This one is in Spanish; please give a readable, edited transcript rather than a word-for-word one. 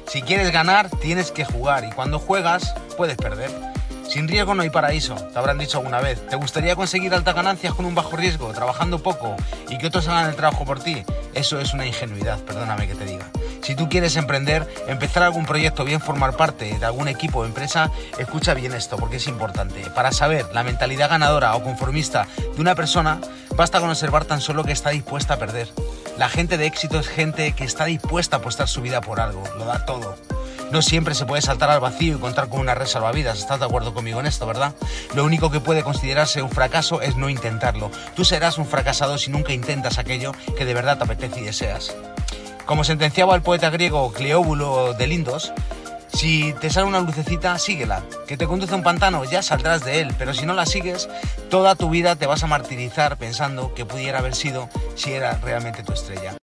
Si quieres ganar, tienes que jugar y cuando juegas, puedes perder. Sin riesgo no hay paraíso, te habrán dicho alguna vez. ¿Te gustaría conseguir altas ganancias con un bajo riesgo, trabajando poco y que otros hagan el trabajo por ti? Eso es una ingenuidad, perdóname que te diga. Si tú quieres emprender, empezar algún proyecto, bien formar parte de algún equipo o empresa, escucha bien esto porque es importante. Para saber la mentalidad ganadora o conformista de una persona, basta con observar tan solo que está dispuesta a perder. La gente de éxito es gente que está dispuesta a apostar su vida por algo, lo da todo. No siempre se puede saltar al vacío y contar con una red salvavidas, ¿estás de acuerdo conmigo en esto, verdad? Lo único que puede considerarse un fracaso es no intentarlo. Tú serás un fracasado si nunca intentas aquello que de verdad te apetece y deseas. Como sentenciaba el poeta griego Cleóbulo de Lindos, si te sale una lucecita, síguela. Que te conduce a un pantano, ya saldrás de él, pero si no la sigues, toda tu vida te vas a martirizar pensando que pudiera haber sido si era realmente tu estrella.